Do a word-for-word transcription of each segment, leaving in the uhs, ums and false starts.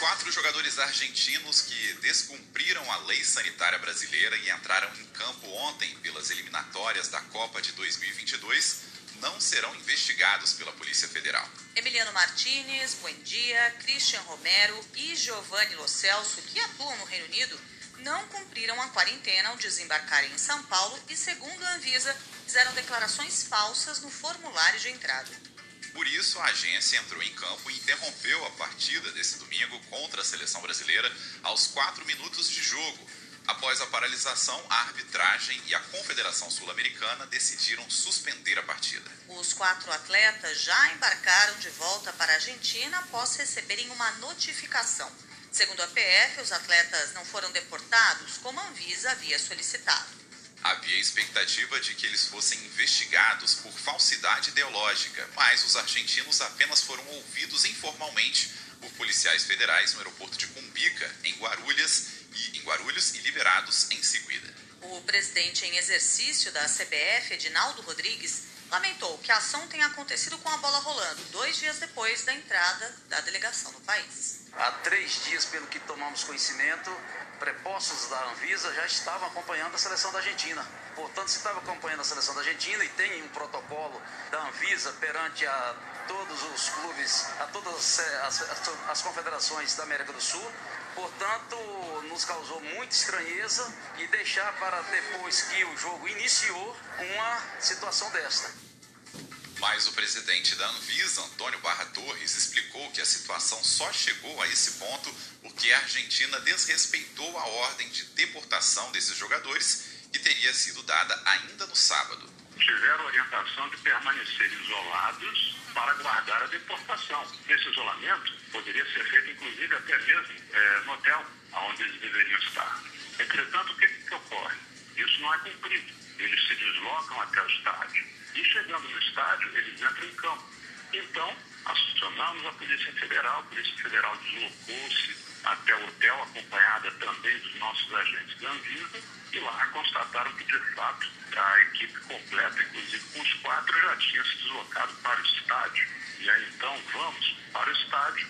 quatro jogadores argentinos que descumpriram a lei sanitária brasileira e entraram em campo ontem pelas eliminatórias da Copa de dois mil e vinte e dois não serão investigados pela Polícia Federal. Emiliano Martinez, Buendia, Christian Romero e Giovanni Lo Celso, que atuam no Reino Unido, não cumpriram a quarentena ao desembarcarem em São Paulo e, segundo a Anvisa, fizeram declarações falsas no formulário de entrada. Por isso, a agência entrou em campo e interrompeu a partida desse domingo contra a seleção brasileira aos quatro minutos de jogo. Após a paralisação, a arbitragem e a Confederação Sul-Americana decidiram suspender a partida. Os quatro atletas já embarcaram de volta para a Argentina após receberem uma notificação. Segundo a P F, os atletas não foram deportados, como a Anvisa havia solicitado. Havia expectativa de que eles fossem investigados por falsidade ideológica, mas os argentinos apenas foram ouvidos informalmente por policiais federais no aeroporto de Cumbica, em Guarulhos, e, em Guarulhos, e liberados em seguida. O presidente em exercício da C B F, Edinaldo Rodrigues, lamentou que a ação tenha acontecido com a bola rolando, dois dias depois da entrada da delegação no país. Há três dias, pelo que tomamos conhecimento, prepostos da Anvisa já estavam acompanhando a seleção da Argentina. Portanto, se estava acompanhando a seleção da Argentina e tem um protocolo da Anvisa perante a todos os clubes, a todas as, as, as confederações da América do Sul, portanto, nos causou muita estranheza e deixar para depois que o jogo iniciou uma situação desta. Mas o presidente da Anvisa, Antônio Barra Torres, explicou que a situação só chegou a esse ponto porque a Argentina desrespeitou a ordem de deportação desses jogadores, que teria sido dada ainda no sábado. Tiveram orientação de permanecer isolados para aguardar a deportação. Esse isolamento poderia ser feito, inclusive, até mesmo é, no hotel onde eles deveriam estar. Entretanto, o que, que ocorre? Isso não é cumprido. Eles se deslocam até o estádio. E chegando no estádio, eles entram em campo. Então, acionamos a Polícia Federal. A Polícia Federal deslocou-se até o hotel, acompanhada também dos nossos agentes da Anvisa, e lá constataram que, de fato, a equipe completa, inclusive com os quatro, já tinha se deslocado para o estádio. E aí, então, vamos para o estádio.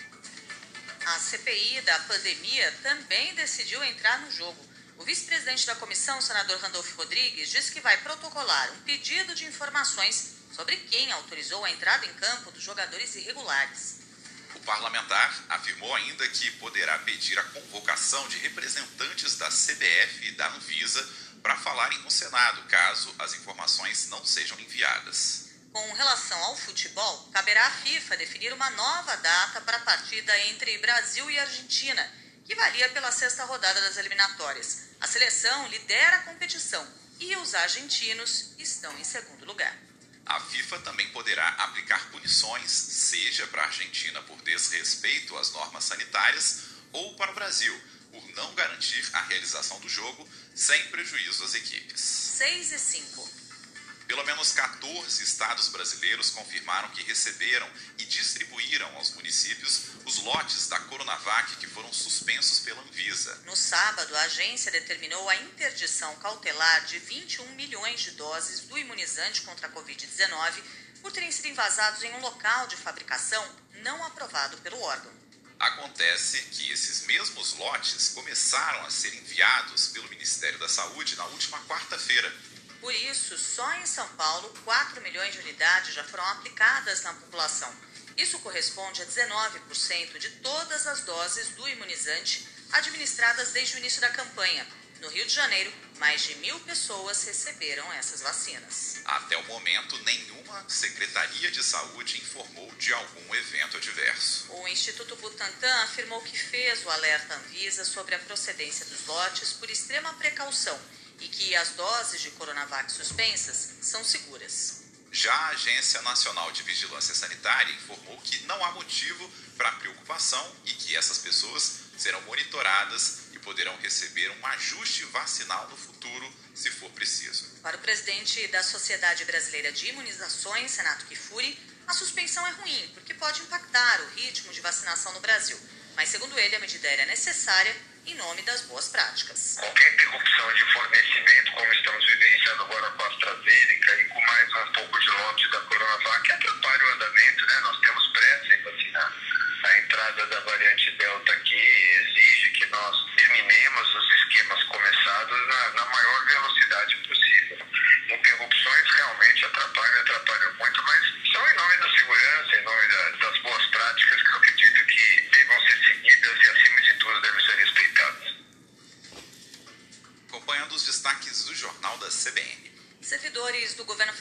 A C P I da pandemia também decidiu entrar no jogo. O vice-presidente da comissão, o senador Randolfo Rodrigues, disse que vai protocolar um pedido de informações sobre quem autorizou a entrada em campo dos jogadores irregulares. O parlamentar afirmou ainda que poderá pedir a convocação de representantes da C B F e da Anvisa para falarem no Senado, caso as informações não sejam enviadas. Com relação ao futebol, caberá à FIFA definir uma nova data para a partida entre Brasil e Argentina, que valia pela sexta rodada das eliminatórias. A seleção lidera a competição e os argentinos estão em segundo lugar. A FIFA também poderá aplicar punições, seja para a Argentina por desrespeito às normas sanitárias ou para o Brasil, por não garantir a realização do jogo sem prejuízo às equipes. seis e cinco. Pelo menos quatorze estados brasileiros confirmaram que receberam e distribuíram aos municípios os lotes da Coronavac que foram suspensos pela Anvisa. No sábado, a agência determinou a interdição cautelar de vinte e um milhões de doses do imunizante contra a covid dezenove por terem sido invasados em um local de fabricação não aprovado pelo órgão. Acontece que esses mesmos lotes começaram a ser enviados pelo Ministério da Saúde na última quarta-feira. Por isso, só em São Paulo, quatro milhões de unidades já foram aplicadas na população. Isso corresponde a dezenove por cento de todas as doses do imunizante administradas desde o início da campanha. No Rio de Janeiro, mais de mil pessoas receberam essas vacinas. Até o momento, nenhuma Secretaria de Saúde informou de algum evento adverso. O Instituto Butantan afirmou que fez o alerta Anvisa sobre a procedência dos lotes por extrema precaução e que as doses de Coronavac suspensas são seguras. Já a Agência Nacional de Vigilância Sanitária informou que não há motivo para preocupação e que essas pessoas serão monitoradas e poderão receber um ajuste vacinal no futuro, se for preciso. Para o presidente da Sociedade Brasileira de Imunizações, Renato Kifuri, a suspensão é ruim, porque pode impactar o ritmo de vacinação no Brasil. Mas, segundo ele, a medida era necessária em nome das boas práticas. Qualquer interrupção de fornecimento, como estamos vivenciando agora com a AstraZeneca e com mais um pouco de lote da Coronavac, atrapalha o andamento, né? Nós temos pressa em vacinar. A entrada da variante Delta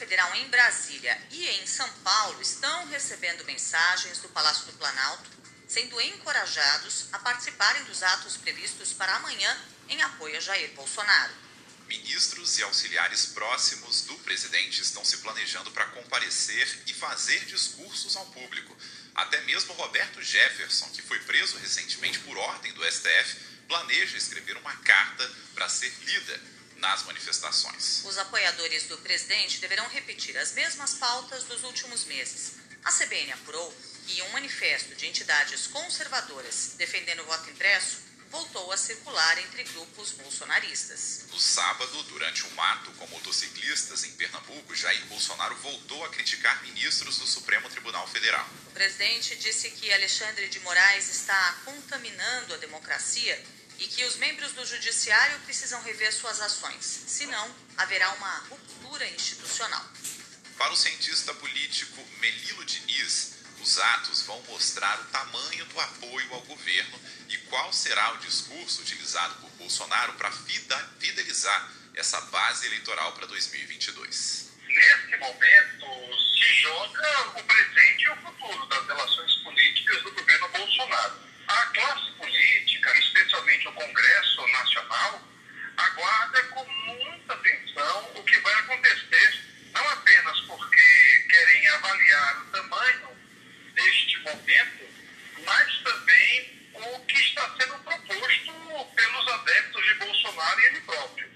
Federal em Brasília e em São Paulo estão recebendo mensagens do Palácio do Planalto, sendo encorajados a participarem dos atos previstos para amanhã em apoio a Jair Bolsonaro. Ministros e auxiliares próximos do presidente estão se planejando para comparecer e fazer discursos ao público. Até mesmo Roberto Jefferson, que foi preso recentemente por ordem do S T F, planeja escrever uma carta para ser lida nas manifestações. Os apoiadores do presidente deverão repetir as mesmas pautas dos últimos meses. A C B N apurou que um manifesto de entidades conservadoras defendendo o voto impresso voltou a circular entre grupos bolsonaristas. No sábado, durante um ato com motociclistas em Pernambuco, Jair Bolsonaro voltou a criticar ministros do Supremo Tribunal Federal. O presidente disse que Alexandre de Moraes está contaminando a democracia e que os membros do judiciário precisam rever suas ações, senão haverá uma ruptura institucional. Para o cientista político Melilo Diniz, os atos vão mostrar o tamanho do apoio ao governo e qual será o discurso utilizado por Bolsonaro para fidelizar essa base eleitoral para dois mil e vinte e dois. Nesse momento, se joga o presente e o futuro das relações políticas do governo Bolsonaro. A classe política, especialmente o Congresso Nacional, aguarda com muita atenção o que vai acontecer, não apenas porque querem avaliar o tamanho deste momento, mas também o que está sendo proposto pelos adeptos de Bolsonaro e ele próprio.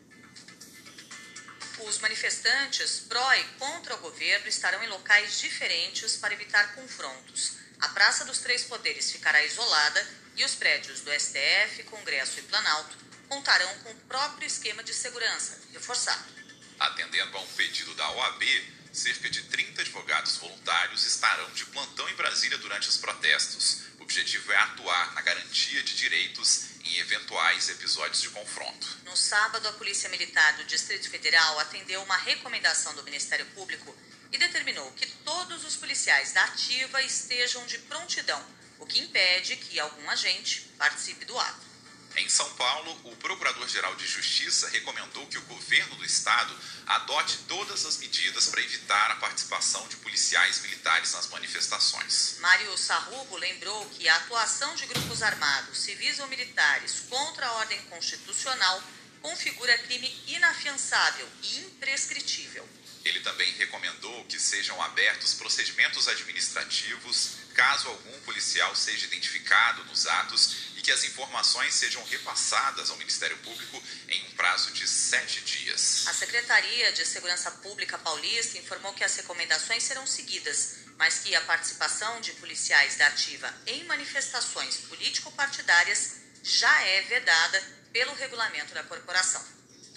Os manifestantes pró e contra o governo estarão em locais diferentes para evitar confrontos. A Praça dos Três Poderes ficará isolada e os prédios do S T F, Congresso e Planalto contarão com o próprio esquema de segurança reforçado. Atendendo a um pedido da O A B, cerca de trinta advogados voluntários estarão de plantão em Brasília durante os protestos. O objetivo é atuar na garantia de direitos em eventuais episódios de confronto. No sábado, a Polícia Militar do Distrito Federal atendeu uma recomendação do Ministério Público e determinou que todos os policiais da ativa estejam de prontidão, o que impede que algum agente participe do ato. Em São Paulo, o Procurador-Geral de Justiça recomendou que o governo do estado adote todas as medidas para evitar a participação de policiais militares nas manifestações. Mário Sarrubo lembrou que a atuação de grupos armados, civis ou militares contra a ordem constitucional configura crime inafiançável e imprescritível. Ele também recomendou que sejam abertos procedimentos administrativos caso algum policial seja identificado nos atos e que as informações sejam repassadas ao Ministério Público em um prazo de sete dias. A Secretaria de Segurança Pública Paulista informou que as recomendações serão seguidas, mas que a participação de policiais da ativa em manifestações político-partidárias já é vedada pelo regulamento da corporação.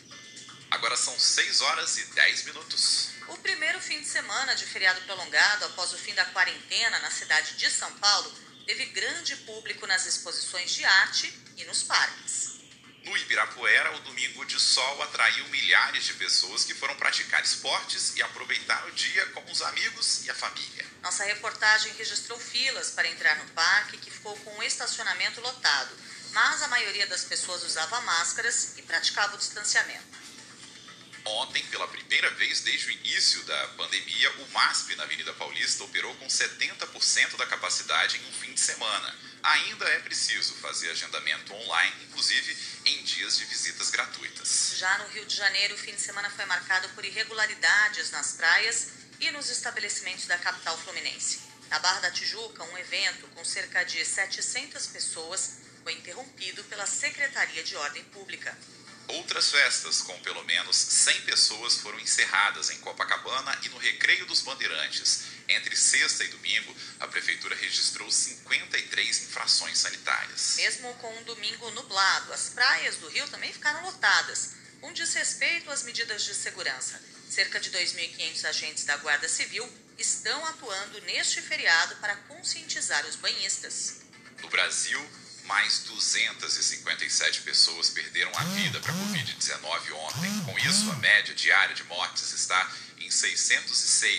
Agora são seis horas e dez minutos. O primeiro fim de semana de feriado prolongado após o fim da quarentena na cidade de São Paulo teve grande público nas exposições de arte e nos parques. No Ibirapuera, o domingo de sol atraiu milhares de pessoas que foram praticar esportes e aproveitar o dia com os amigos e a família. Nossa reportagem registrou filas para entrar no parque, que ficou com o estacionamento lotado, mas a maioria das pessoas usava máscaras e praticava o distanciamento. Ontem, pela primeira vez desde o início da pandemia, o MASP na Avenida Paulista operou com setenta por cento da capacidade em um fim de semana. Ainda é preciso fazer agendamento online, inclusive em dias de visitas gratuitas. Já no Rio de Janeiro, o fim de semana foi marcado por irregularidades nas praias e nos estabelecimentos da capital fluminense. Na Barra da Tijuca, um evento com cerca de setecentas pessoas foi interrompido pela Secretaria de Ordem Pública. Outras festas com pelo menos cem pessoas foram encerradas em Copacabana e no Recreio dos Bandeirantes. Entre sexta e domingo, a Prefeitura registrou cinquenta e três infrações sanitárias. Mesmo com um domingo nublado, as praias do Rio também ficaram lotadas, com desrespeito às medidas de segurança. Cerca de dois mil e quinhentos agentes da Guarda Civil estão atuando neste feriado para conscientizar os banhistas. No Brasil, mais duzentas e cinquenta e sete pessoas perderam a vida para a covid dezenove ontem. Com isso, a média diária de mortes está em seiscentos e seis.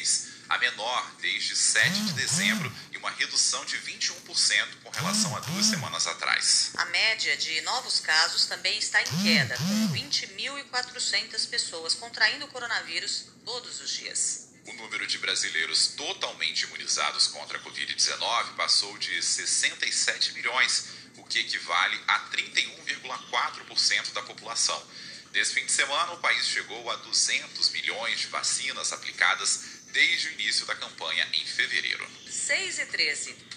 a menor desde sete de dezembro e uma redução de vinte e um por cento com relação a duas semanas atrás. A média de novos casos também está em queda, com vinte mil e quatrocentas pessoas contraindo o coronavírus todos os dias. O número de brasileiros totalmente imunizados contra a covid dezenove passou de sessenta e sete milhões, o que equivale a trinta e um vírgula quatro por cento da população. Nesse fim de semana, o país chegou a duzentos milhões de vacinas aplicadas desde o início da campanha em fevereiro. seis e treze.